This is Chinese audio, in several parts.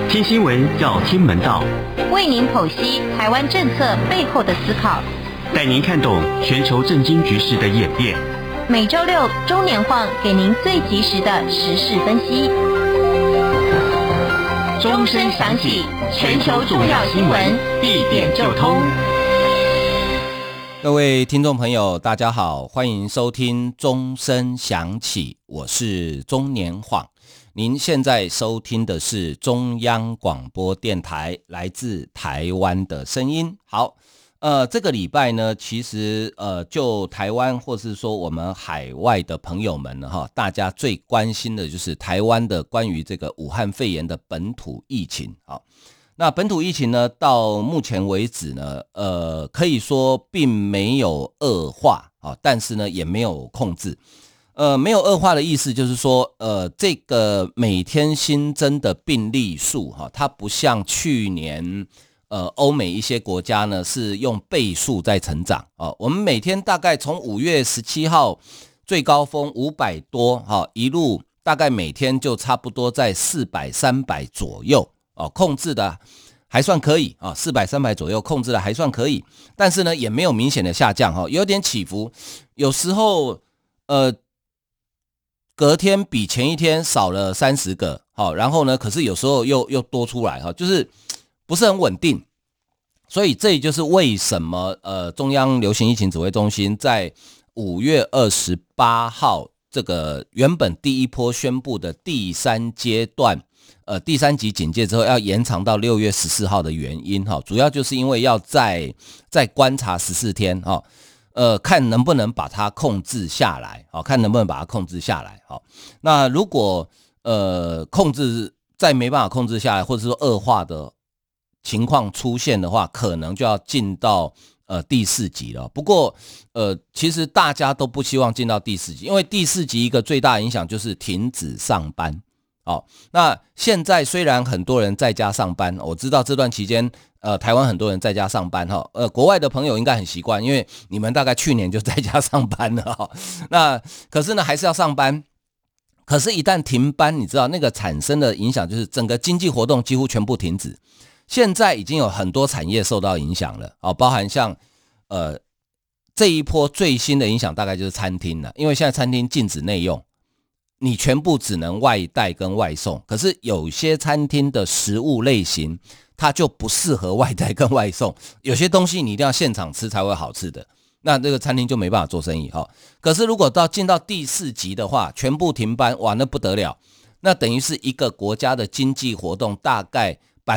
听新闻要听门道， 为您剖析台湾政策背后的思考， 带您看懂全球政经局势的演变。 每周六中年晃给您最及时的时事分析。钟声响起，全球重要新闻一点就通。 各位听众朋友大家好，欢迎收听钟声响起，我是中年晃。您现在收听的是中央广播电台来自台湾的声音。好，这个礼拜呢，其实就台湾或是说我们海外的朋友们呢，大家最关心的就是台湾的关于这个武汉肺炎的本土疫情。好，那本土疫情呢，到目前为止呢，可以说并没有恶化，但是呢也没有控制。没有恶化的意思就是说，这个每天新增的病例数，它不像去年，欧美一些国家呢是用倍数在成长。我们每天大概从5月17号最高峰500多，一路大概每天就差不多在400、300左右，控制的还算可以，400、300左右控制的还算可以，但是呢也没有明显的下降，有点起伏，有时候隔天比前一天少了30个，然后呢，可是有时候又多出来，就是不是很稳定，所以这也就是为什么中央流行疫情指挥中心在5月28号这个原本第一波宣布的第3阶段，第3级警戒之后要延长到6月14号的原因，主要就是因为要再观察14天，看能不能把它控制下来，那如果再没办法控制下来，或者说恶化的情况出现的话，可能就要进到第4级了。不过其实大家都不希望进到第4级，因为第4级一个最大的影响就是停止上班。那现在虽然很多人在家上班，我知道这段期间台湾很多人在家上班，国外的朋友应该很习惯，因为你们大概去年就在家上班了，那可是呢还是要上班，可是一旦停班，你知道那个产生的影响就是整个经济活动几乎全部停止。现在已经有很多产业受到影响了，包含像这一波最新的影响大概就是餐厅了，因为现在餐厅禁止内用，你全部只能外带跟外送，可是有些餐厅的食物类型它就不适合外带跟外送，有些东西你一定要现场吃才会好吃的，那这个餐厅就没办法做生意。可是如果进到第4级的话，全部停班，哇，那不得了，那等于是一个国家的经济活动大概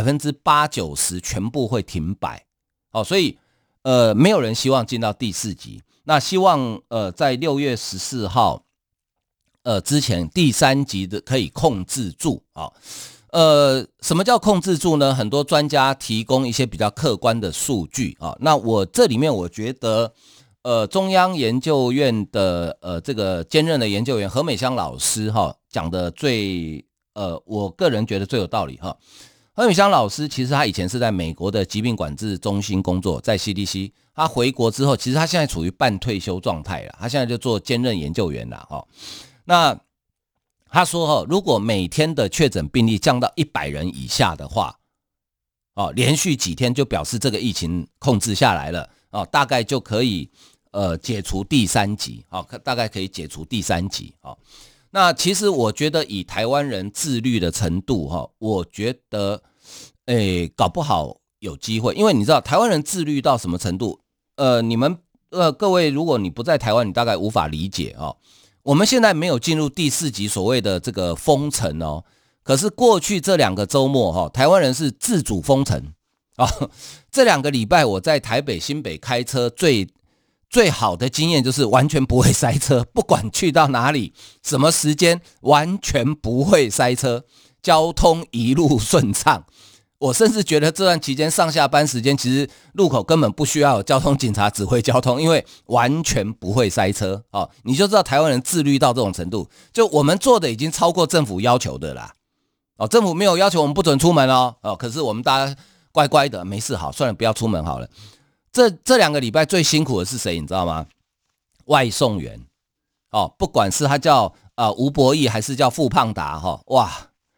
80%、90%全部会停摆。所以没有人希望进到第4级，那希望在6月14号之前第3级的可以控制住。什么叫控制住呢？很多专家提供一些比较客观的数据，那我这里面我觉得中央研究院的这个兼任的研究员何美香老师讲的我个人觉得最有道理。何美香老师其实他以前是在美国的疾病管制中心工作，在 CDC， 他回国之后其实他现在处于半退休状态了，他现在就做兼任研究员了。那他说如果每天的确诊病例降到100人以下的话，连续几天就表示这个疫情控制下来了，大概就可以解除第3级，大概可以解除第3级。那其实我觉得以台湾人自律的程度，我觉得搞不好有机会，因为你知道台湾人自律到什么程度，你们各位如果你不在台湾，你大概无法理解。我们现在没有进入第4级所谓的这个封城，可是过去这2个周末台湾人是自主封城。这2个礼拜我在台北新北开车最好的经验就是完全不会塞车，不管去到哪里什么时间完全不会塞车，交通一路顺畅。我甚至觉得这段期间上下班时间其实路口根本不需要有交通警察指挥交通，因为完全不会塞车。你就知道台湾人自律到这种程度，就我们做的已经超过政府要求的啦。政府没有要求我们不准出门可是我们大家乖乖的没事，好，算了，不要出门好了。这2个礼拜最辛苦的是谁你知道吗？外送员。不管是他叫吴伯义还是叫傅胖达，哇，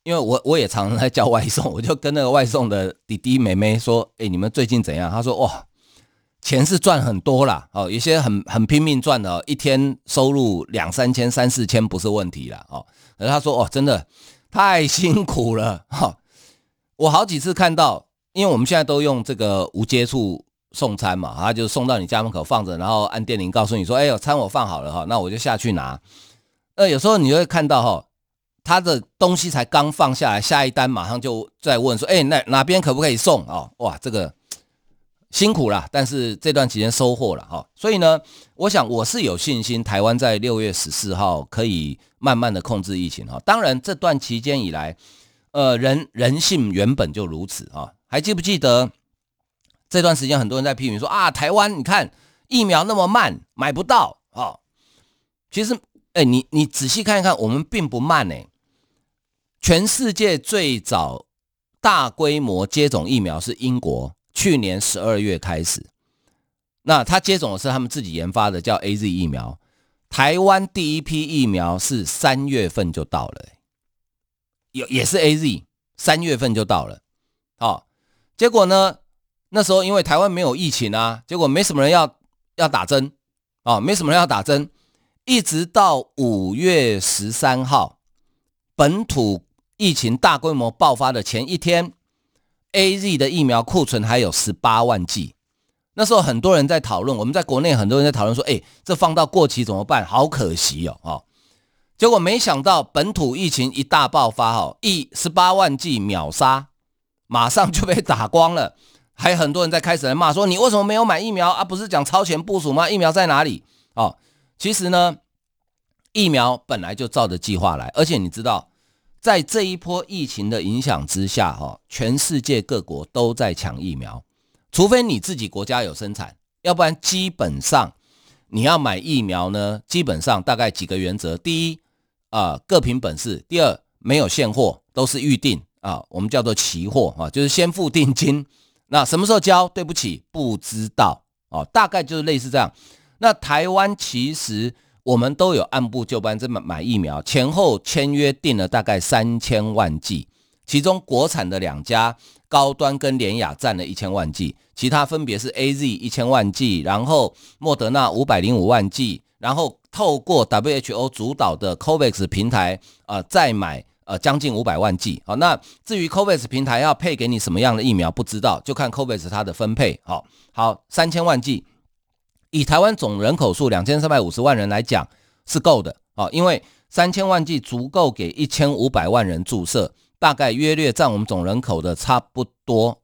因为我也常常在叫外送，我就跟那个外送的弟弟妹妹说，你们最近怎样？他说哇，钱是赚很多啦，有些很拼命赚的，一天收入2-3千、3-4千不是问题啦。可是他说真的太辛苦了。我好几次看到，因为我们现在都用这个无接触送餐嘛，他就送到你家门口放着，然后按电铃告诉你说，餐我放好了，那我就下去拿。有时候你会看到他的东西才刚放下来，下一单马上就再问说，哪边可不可以送？哇，这个辛苦啦，但是这段期间收获了。所以呢，我想我是有信心，台湾在6月14号可以慢慢的控制疫情。当然这段期间以来，人性原本就如此。还记不记得这段时间很多人在批评说台湾你看疫苗那么慢，买不到。其实你仔细看一看，我们并不慢。全世界最早大规模接种疫苗是英国，去年12月开始。那他接种的是他们自己研发的叫 AZ 疫苗。台湾第一批疫苗是3月份就到了，也是 AZ， 3月份就到了。结果呢，那时候因为台湾没有疫情啊，结果没什么人要打针，没什么人要打针，一直到5月13号，本土疫情大规模爆发的前一天， AZ 的疫苗库存还有18万剂。那时候很多人在讨论，我们在国内很多人在讨论说，这放到过期怎么办？好可惜哦。结果没想到本土疫情一大爆发，18万剂秒杀，马上就被打光了。还有很多人在开始来骂说，你为什么没有买疫苗啊？不是讲超前部署吗？疫苗在哪里？其实呢，疫苗本来就照着计划来，而且你知道，在这一波疫情的影响之下，全世界各国都在抢疫苗，除非你自己国家有生产，要不然基本上你要买疫苗呢，基本上大概几个原则：第一，各凭本事；第二，没有现货，都是预定我们叫做期货就是先付定金，那什么时候交？对不起，不知道大概就是类似这样。那台湾其实我们都有按部就班在买疫苗，前后签约订了大概3000万剂，其中国产的2家高端跟联雅占了1000万剂，其他分别是 AZ1000 万剂，然后莫德纳505万剂，然后透过 WHO 主导的 COVAX 平台再买将近500万剂。那至于 COVAX 平台要配给你什么样的疫苗不知道，就看 COVAX 它的分配。好，3000万剂，以台湾总人口数2350万人来讲是够的，因为3000万剂足够给1500万人注射，大概约略占我们总人口的差不多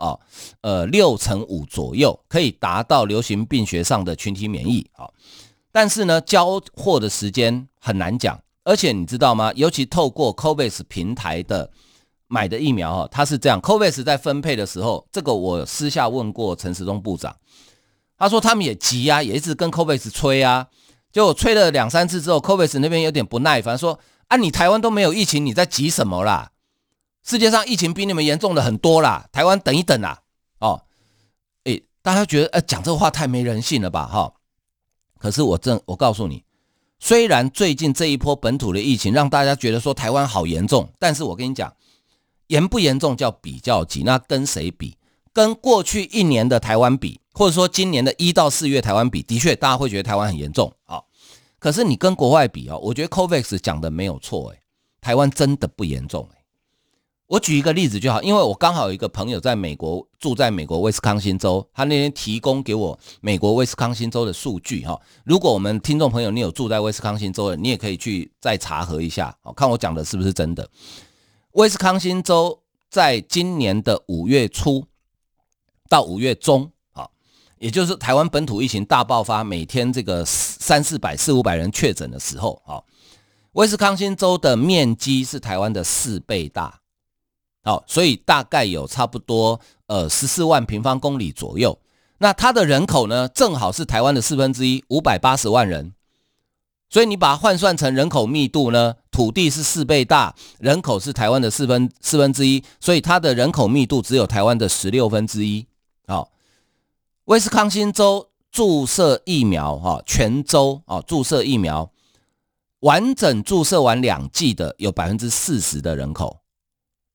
6%-5%左右，可以达到流行病学上的群体免疫。但是呢，交货的时间很难讲，而且你知道吗？尤其透过 COVAX 平台的买的疫苗，它是这样 ，COVAX 在分配的时候，这个我私下问过陈时中部长，他说他们也急啊，也一直跟 COVAX 催啊，结果催了2-3次之后 ，COVAX 那边有点不耐烦，说你台湾都没有疫情，你在急什么啦？世界上疫情比你们严重的很多啦，台湾等一等啦。大家觉得讲这话太没人性了吧？可是我告诉你，虽然最近这一波本土的疫情让大家觉得说台湾好严重，但是我跟你讲，严不严重叫比较级，那跟谁比？跟过去1年的台湾比，或者说今年的1到4月台湾比，的确大家会觉得台湾很严重。可是你跟国外比，我觉得 COVAX 讲的没有错，台湾真的不严重。我举一个例子就好，因为我刚好有一个朋友在美国，住在美国威斯康星州，他那天提供给我美国威斯康星州的数据。如果我们听众朋友你有住在威斯康星州的，你也可以去再查核一下，看我讲的是不是真的。威斯康星州在今年的5月初到5月中，也就是台湾本土疫情大爆发，每天这个400-500人确诊的时候，威斯康星州的面积是台湾的4倍大。所以大概有差不多14万平方公里左右。那它的人口呢，正好是台湾的1/4， 580万人。所以你把它换算成人口密度呢，土地是4倍大，人口是台湾的1/4，所以它的人口密度只有台湾的1/16。威斯康星州注射疫苗，全州注射疫苗，完整注射完2剂的有40%的人口。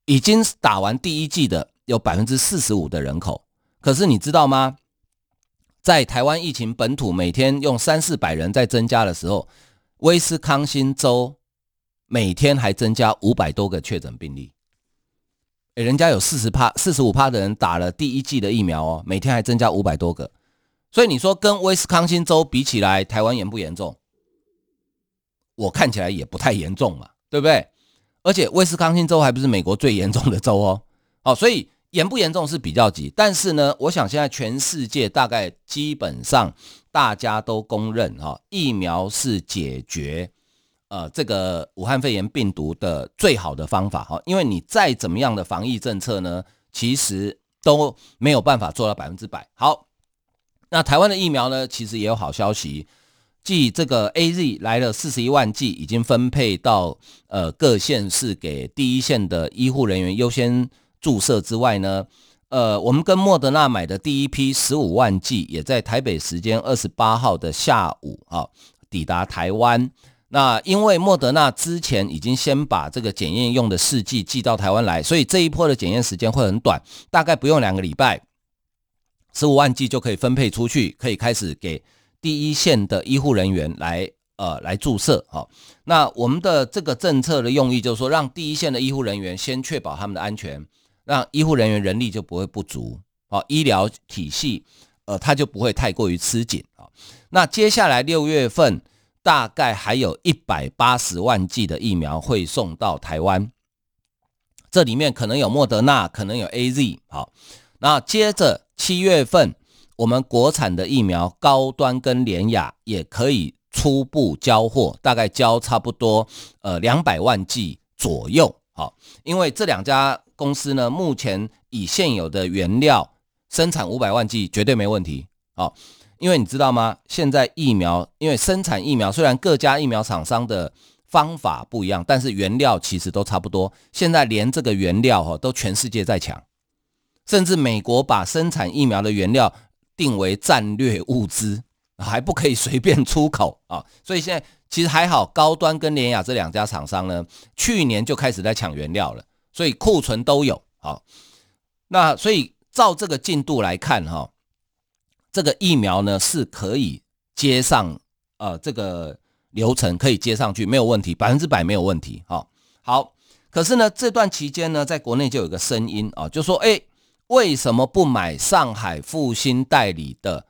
已经打完第一剂的有 45% 的人口，可是你知道吗？在台湾疫情本土每天用300-400人在增加的时候，威斯康星州每天还增加500多个确诊病例。人家有 45% 的人打了第一剂的疫苗哦，每天还增加500多个。所以你说跟威斯康星州比起来，台湾严不严重？我看起来也不太严重嘛，对不对？而且威斯康星州还不是美国最严重的州哦。所以严不严重是比较急。但是呢，我想现在全世界大概基本上大家都公认疫苗是解决这个武汉肺炎病毒的最好的方法，因为你再怎么样的防疫政策呢，其实都没有办法做到100%。好，那台湾的疫苗呢，其实也有好消息，继这个 AZ 来了41万剂，已经分配到各县市给第一线的医护人员优先注射之外呢，我们跟莫德纳买的第一批15万剂，也在台北时间28号的下午抵达台湾。那因为莫德纳之前已经先把这个检验用的试剂寄到台湾来，所以这一波的检验时间会很短，大概不用2个礼拜，15万剂就可以分配出去，可以开始给第一线的医护人员来注射。那我们的这个政策的用意就是说，让第一线的医护人员先确保他们的安全，让医护人员人力就不会不足，医疗体系它就不会太过于吃紧。那接下来6月份大概还有180万剂的疫苗会送到台湾，这里面可能有莫德纳，可能有 AZ。 好，那接着7月份我们国产的疫苗高端跟联亚也可以初步交货，大概交差不多200万剂左右。好，因为这2家公司呢，目前以现有的原料生产500万剂绝对没问题。好，因为你知道吗？现在疫苗，因为生产疫苗虽然各家疫苗厂商的方法不一样，但是原料其实都差不多。现在连这个原料都全世界在抢，甚至美国把生产疫苗的原料定为战略物资，还不可以随便出口啊。所以现在其实还好，高端跟联亚这2家厂商呢，去年就开始在抢原料了，所以库存都有。好，那所以照这个进度来看这个疫苗呢是可以接上这个流程可以接上去，没有问题，100%没有问题。好，可是呢这段期间呢，在国内就有个声音就说为什么不买上海复星代理的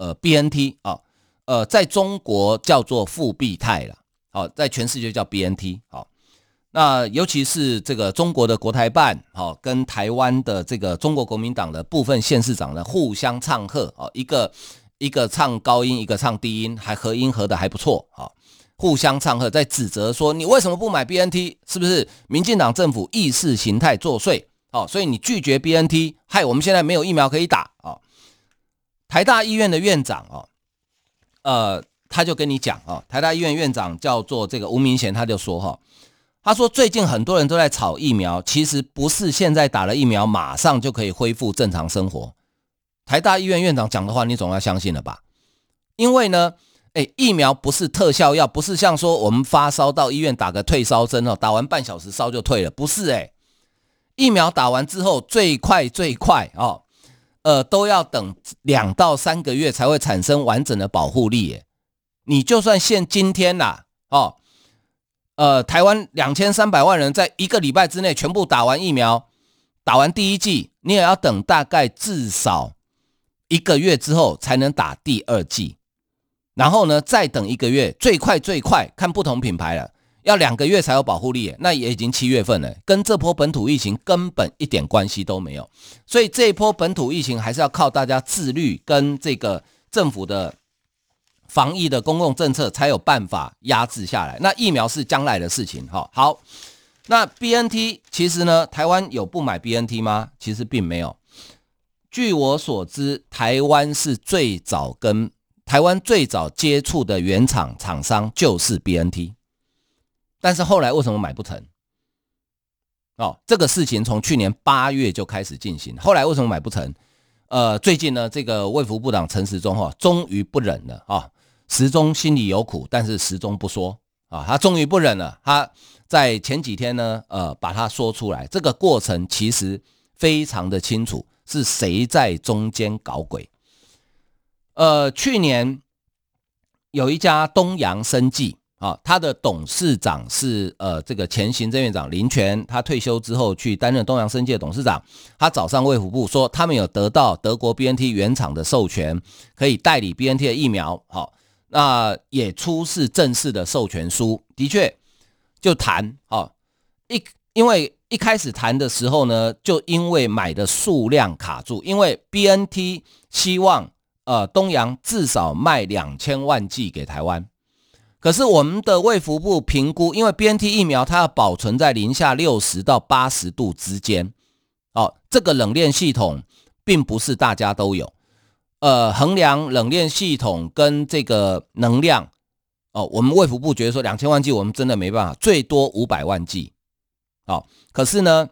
BNT 在中国叫做复必泰啦，在全世界叫 BNT。 好，那尤其是这个中国的国台办跟台湾的这个中国国民党的部分县市长呢互相唱和，一个唱高音，一个唱低音，还合音合的还不错，互相唱和，在指责说你为什么不买 BNT， 是不是民进党政府意识形态作祟，所以你拒绝 BNT， 害我们现在没有疫苗可以打。台大医院的院长他就跟你讲台大医院院长叫做这个吴明贤，他就说他说最近很多人都在炒疫苗，其实不是现在打了疫苗马上就可以恢复正常生活。台大医院院长讲的话你总要相信了吧？因为呢疫苗不是特效药，不是像说我们发烧到医院打个退烧针打完半小时烧就退了，不是疫苗打完之后最快都要等2到3个月才会产生完整的保护力你就算今天啦台湾2300万人在1个礼拜之内全部打完疫苗，打完第一剂，你也要等大概至少1个月之后才能打第2剂，然后呢再等1个月，最快看不同品牌了，要2个月才有保护力那也已经7月份了，跟这波本土疫情根本一点关系都没有。所以这一波本土疫情还是要靠大家自律跟这个政府的防疫的公共政策才有办法压制下来，那疫苗是将来的事情。好，那 BNT 其实呢，台湾有不买 BNT 吗？其实并没有。据我所知，台湾最早接触的原厂厂商就是 BNT， 但是后来为什么买不成？这个事情从去年8月就开始进行，后来为什么买不成？最近呢，这个卫福部长陈时中终于不忍了时中心里有苦，但是时中不说他终于不忍了，他在前几天呢，把它说出来。这个过程其实非常的清楚，是谁在中间搞鬼。去年有一家东洋生技他的董事长是这个前行政院长林全，他退休之后去担任东洋生技的董事长。他早上卫福部说，他们有得到德国 BNT 原厂的授权，可以代理 BNT 的疫苗。那也出示正式的授权书，的确就谈因为一开始谈的时候呢，就因为买的数量卡住，因为 BNT 希望东洋至少卖2000万剂给台湾，可是我们的卫福部评估，因为 BNT 疫苗它要保存在零下60到80度之间，这个冷链系统并不是大家都有。衡量冷链系统跟这个能量，我们卫福部觉得说2000万剂我们真的没办法，最多500万剂。可是呢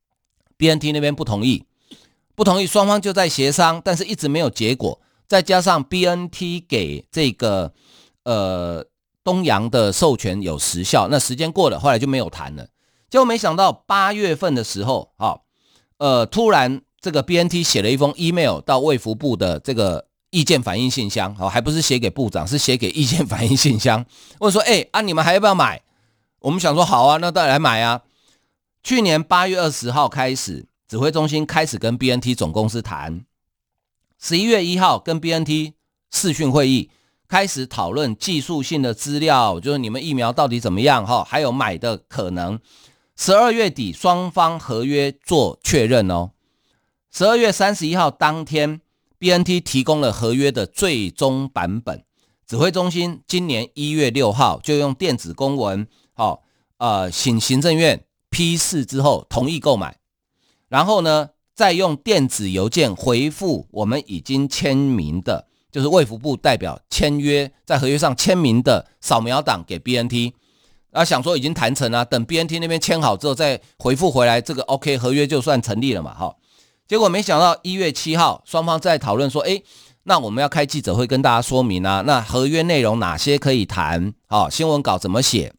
BNT 那边不同意，双方就在协商，但是一直没有结果。再加上 BNT 给这个东洋的授权有时效，那时间过了，后来就没有谈了。结果没想到8月份的时候，突然这个 BNT 写了一封 email 到卫福部的这个意见反映信箱，还不是写给部长，是写给意见反映信箱，问说你们还要不要买？我们想说好啊，那当然来买啊。去年8月20号开始，指挥中心开始跟 BNT 总公司谈，11月1号跟 BNT 视讯会议，开始讨论技术性的资料，就是你们疫苗到底怎么样，还有买的可能。12月底双方合约做确认12月31号当天 BNT 提供了合约的最终版本，指挥中心今年1月6号就用电子公文请行政院批示之后同意购买，然后呢再用电子邮件回复我们已经签名的，就是卫福部代表签约在合约上签名的扫描档给 BNT， 想说已经谈成了，等 BNT 那边签好之后再回复回来，这个 OK 合约就算成立了嘛。结果没想到1月7号双方在讨论说，那我们要开记者会跟大家说明啊，那合约内容哪些可以谈，新闻稿怎么写。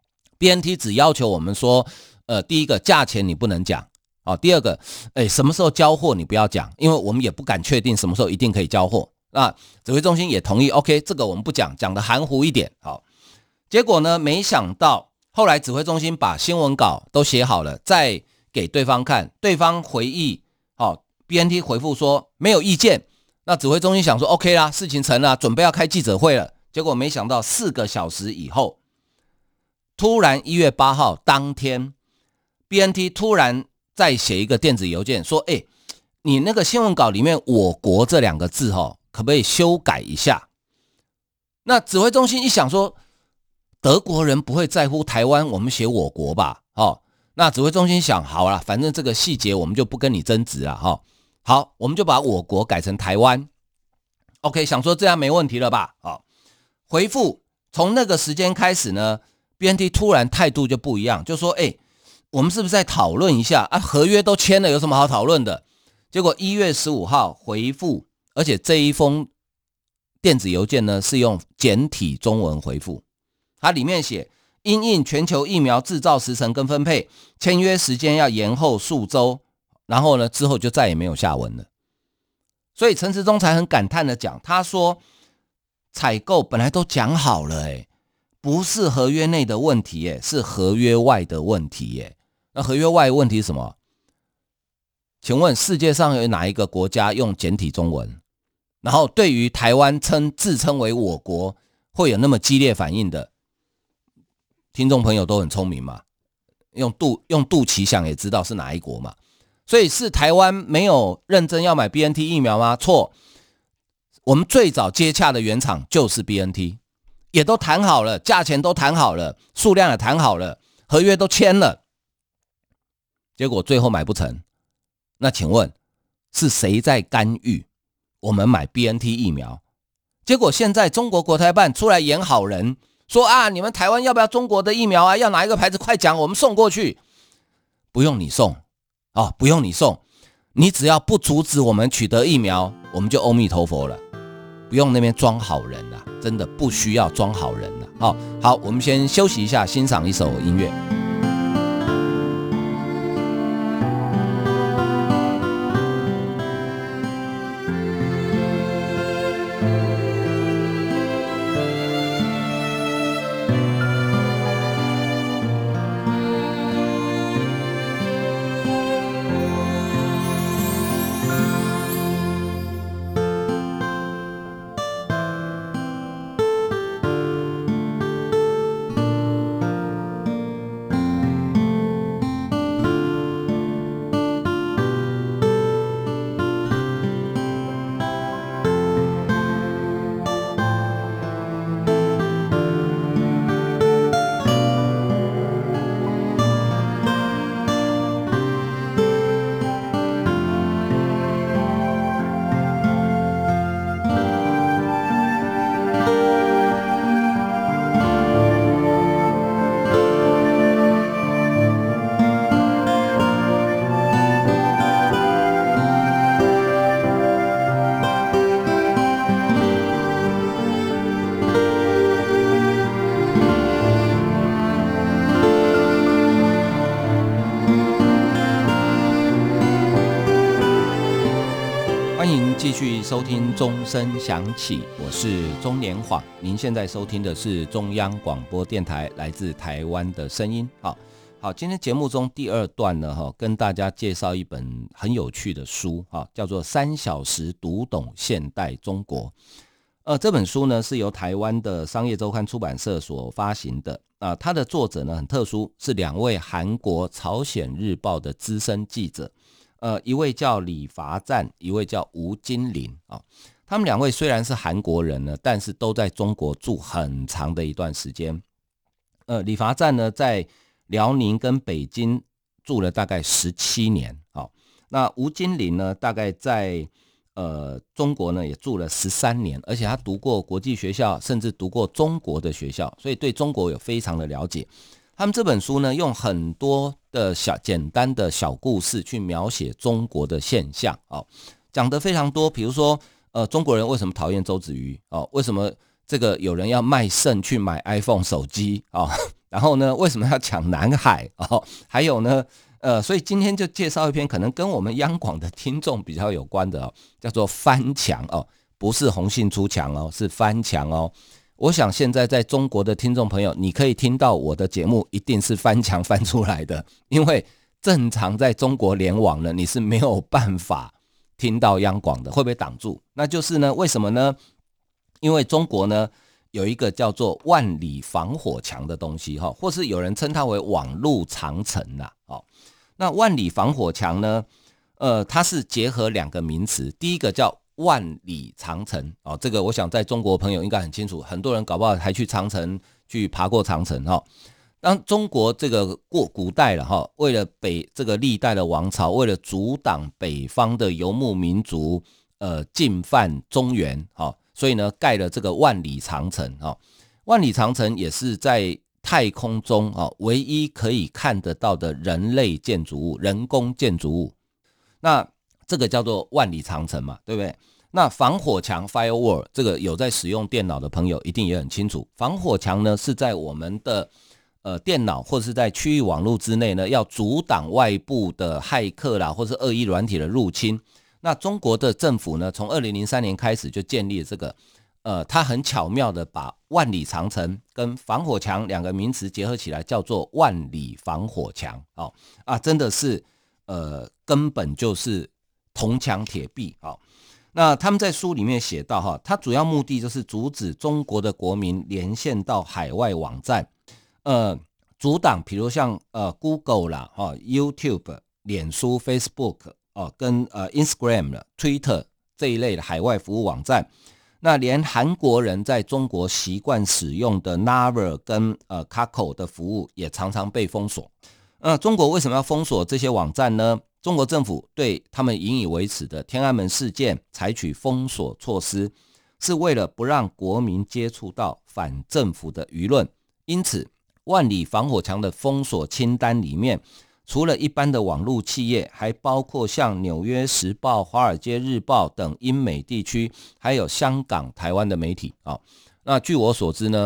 BNT 只要求我们说第一个价钱你不能讲，第二个什么时候交货你不要讲，因为我们也不敢确定什么时候一定可以交货。那指挥中心也同意 OK， 这个我们不讲，讲的含糊一点。结果呢没想到后来指挥中心把新闻稿都写好了再给对方看，对方回忆BNT 回复说没有意见，那指挥中心想说 OK 啦，事情成了，准备要开记者会了。结果没想到4个小时以后，突然1月8号当天 BNT 突然再写一个电子邮件说你那个新闻稿里面我国这2个字可不可以修改一下。那指挥中心一想说德国人不会在乎台湾我们写我国吧，那指挥中心想好了，反正这个细节我们就不跟你争执了，好，我们就把我国改成台湾。 OK， 想说这样没问题了吧。回复从那个时间开始呢 BNT 突然态度就不一样，就说我们是不是在讨论一下合约都签了有什么好讨论的。结果1月15号回复，而且这一封电子邮件呢是用简体中文回复，它里面写因应全球疫苗制造时程跟分配，签约时间要延后数周，然后呢之后就再也没有下文了。所以陈时中才很感叹的讲，他说采购本来都讲好了不是合约内的问题是合约外的问题那合约外的问题是什么？请问世界上有哪一个国家用简体中文，然后对于台湾自称为我国会有那么激烈反应的？听众朋友都很聪明嘛，用肚脐想也知道是哪一国嘛。所以是台湾没有认真要买 BNT 疫苗吗？错，我们最早接洽的原厂就是 BNT， 也都谈好了，价钱都谈好了，数量也谈好了，合约都签了，结果最后买不成。那请问是谁在干预我们买 BNT 疫苗？结果现在中国国台办出来演好人，说你们台湾要不要中国的疫苗啊？要哪一个牌子快讲，我们送过去。不用你送不用你送，你只要不阻止我们取得疫苗，我们就阿弥陀佛了。不用那边装好人真的不需要装好人好，我们先休息一下，欣赏一首音乐。欢迎继续收听钟声响起，我是钟年晃。您现在收听的是中央广播电台来自台湾的声音。好，今天节目中第二段呢，跟大家介绍一本很有趣的书，叫做《3小时读懂现代中国》。这本书呢是由台湾的商业周刊出版社所发行的。它的作者呢很特殊，是2位韩国朝鲜日报的资深记者。一位叫李伐赞，一位叫吴金林他们2位虽然是韩国人呢，但是都在中国住很长的一段时间。李伐赞呢在辽宁跟北京住了大概17年。那吴金林呢大概在中国呢也住了13年，而且他读过国际学校，甚至读过中国的学校，所以对中国有非常的了解。他们这本书呢用很多的简单的小故事去描写中国的现象，讲得非常多。比如说中国人为什么讨厌周子瑜，为什么这个有人要卖肾去买 iPhone 手机，然后呢为什么要抢南海，还有呢所以今天就介绍一篇可能跟我们央广的听众比较有关的，叫做翻墙，不是红杏出墙，是翻墙。我想现在在中国的听众朋友，你可以听到我的节目一定是翻墙翻出来的，因为正常在中国联网呢你是没有办法听到央广的，会被挡住。那就是呢为什么呢？因为中国呢有一个叫做万里防火墙的东西，或是有人称它为网路长城啦。那万里防火墙呢它是结合2个名词，第一个叫万里长城，这个我想在中国朋友应该很清楚，很多人搞不好还去长城去爬过长城。当中国这个古代了，为了这个历代的王朝，为了阻挡北方的游牧民族进犯中原，所以呢盖了这个万里长城。万里长城也是在太空中唯一可以看得到的人类建筑物，人工建筑物。那这个叫做万里长城嘛，对不对？那防火墙 firewall 这个有在使用电脑的朋友一定也很清楚，防火墙呢是在我们的电脑或是在区域网络之内呢，要阻挡外部的骇客啦，或是恶意软体的入侵。那中国的政府呢，从2003年开始就建立了这个，它很巧妙的把万里长城跟防火墙2个名词结合起来，叫做万里防火墙。真的是根本就是铜墙铁壁。那他们在书里面写到，它主要目的就是阻止中国的国民连线到海外网站，阻挡比如像Google 啦、YouTube、脸书、Facebook 跟Instagram、Twitter 这一类的海外服务网站。那连韩国人在中国习惯使用的 Naver 跟Kakao 的服务也常常被封锁。中国为什么要封锁这些网站呢？中国政府对他们引以为耻的天安门事件采取封锁措施，是为了不让国民接触到反政府的舆论。因此万里防火墙的封锁清单里面，除了一般的网络企业，还包括像纽约时报、华尔街日报等英美地区，还有香港、台湾的媒体。那据我所知呢，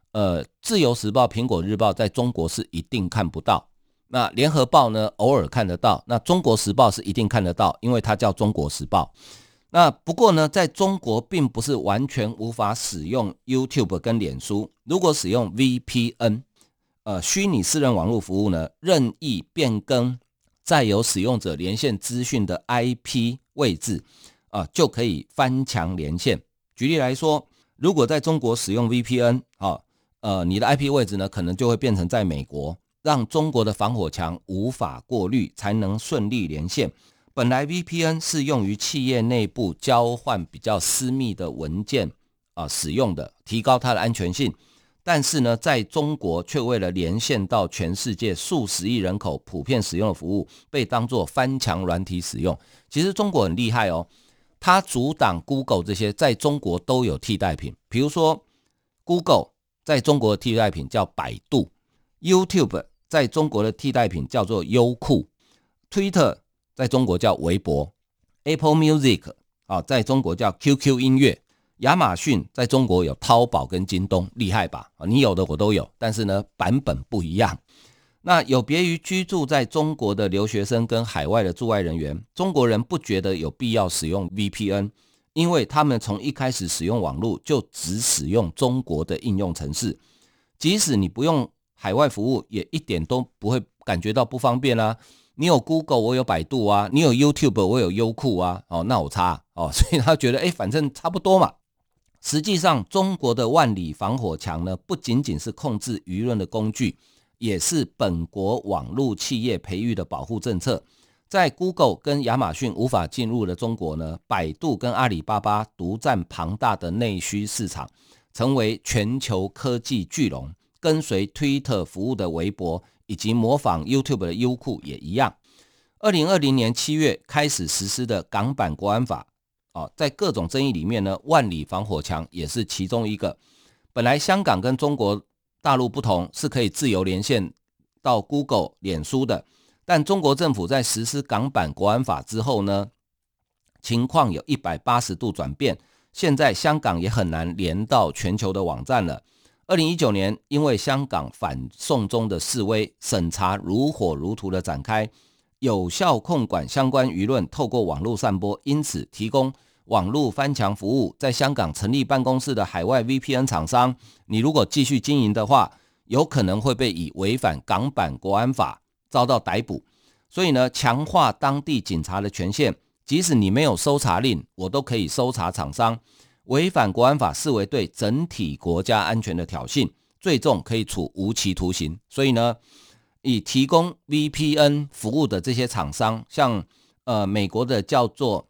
自由时报、苹果日报在中国是一定看不到，那联合报呢偶尔看得到，那中国时报是一定看得到，因为它叫中国时报。那不过呢，在中国并不是完全无法使用 YouTube 跟脸书，如果使用 VPN 虚拟私人网络服务呢，任意变更载有使用者连线资讯的 IP 位置就可以翻墙连线。举例来说，如果在中国使用 VPN 你的 IP 位置呢可能就会变成在美国，让中国的防火墙无法过滤，才能顺利连线。本来 VPN 是用于企业内部交换比较私密的文件使用的，提高它的安全性。但是呢，在中国却为了连线到全世界数十亿人口普遍使用的服务，被当作翻墙软体使用。其实中国很厉害哦，它阻挡 Google 这些在中国都有替代品，比如说 Google 在中国的替代品叫百度， YouTube 在中国的替代品叫做优酷， Twitter 在中国叫微博， Apple Music 在中国叫 QQ 音乐，亚马逊在中国有淘宝跟京东，厉害吧？你有的我都有，但是呢版本不一样。那有别于居住在中国的留学生跟海外的驻外人员，中国人不觉得有必要使用 VPN， 因为他们从一开始使用网络就只使用中国的应用程式，即使你不用海外服务，也一点都不会感觉到不方便啊。你有 Google 我有百度啊，你有 YouTube 我有优酷啊，那我差所以他觉得反正差不多嘛。实际上中国的万里防火墙呢，不仅仅是控制舆论的工具，也是本国网络企业培育的保护政策。在 Google 跟亚马逊无法进入的中国呢，百度跟阿里巴巴独占庞大的内需市场，成为全球科技巨龙。跟随 Twitter 服务的微博以及模仿 YouTube 的优酷也一样。2020年7月开始实施的港版国安法在各种争议里面呢，万里防火墙也是其中一个。本来香港跟中国大陆不同，是可以自由连线到 Google、脸书的，但中国政府在实施港版国安法之后呢，情况有180度转变，现在香港也很难连到全球的网站了。2019年因为香港反送中的示威，审查如火如荼的展开，有效控管相关舆论透过网络散播，因此提供网络翻墙服务在香港成立办公室的海外 VPN 厂商，你如果继续经营的话，有可能会被以违反港版国安法遭到逮捕。所以呢，强化当地警察的权限，即使你没有搜查令，我都可以搜查厂商。违反国安法视为对整体国家安全的挑衅，最重可以处无期徒刑。所以呢，以提供 VPN 服务的这些厂商，像美国的叫做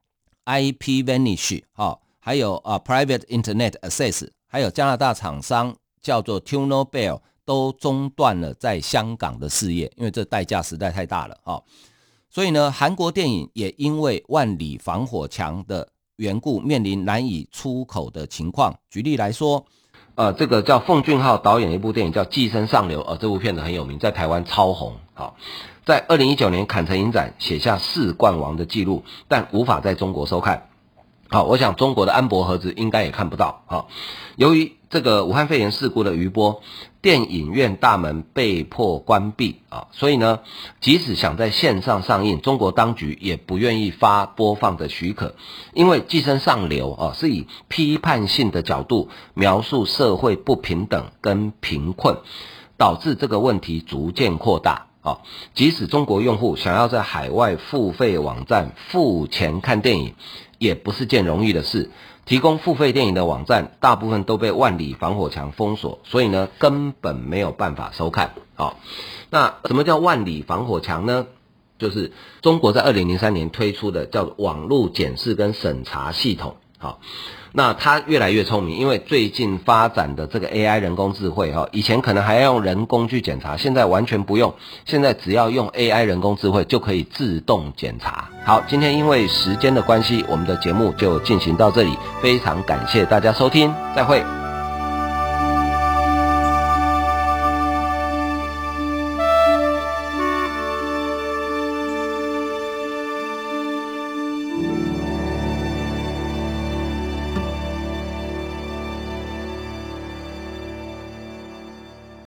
IPVanish 还有Private Internet Access， 还有加拿大厂商叫做 TuneBell， 都中断了在香港的事业，因为这代价实在太大了所以呢，韩国电影也因为万里防火墙的缘故面临难以出口的情况。举例来说，这个叫奉俊昊导演的一部电影叫《寄生上流》，这部片子很有名，在台湾超红。在2019年坎城影展写下4冠王的记录，但无法在中国收看。我想中国的安博盒子应该也看不到。由于这个武汉肺炎事故的余波，电影院大门被迫关闭所以呢，即使想在线上上映，中国当局也不愿意发播放的许可，因为《寄生上流》是以批判性的角度描述社会不平等跟贫困，导致这个问题逐渐扩大。即使中国用户想要在海外付费网站付钱看电影，也不是件容易的事。提供付费电影的网站大部分都被万里防火墙封锁，所以呢根本没有办法收看。那什么叫万里防火墙呢？就是中国在2003年推出的叫网络检视跟审查系统。那它越来越聪明，因为最近发展的这个 AI 人工智慧以前可能还要用人工去检查，现在完全不用，现在只要用 AI 人工智慧就可以自动检查。好，今天因为时间的关系，我们的节目就进行到这里，非常感谢大家收听，再会。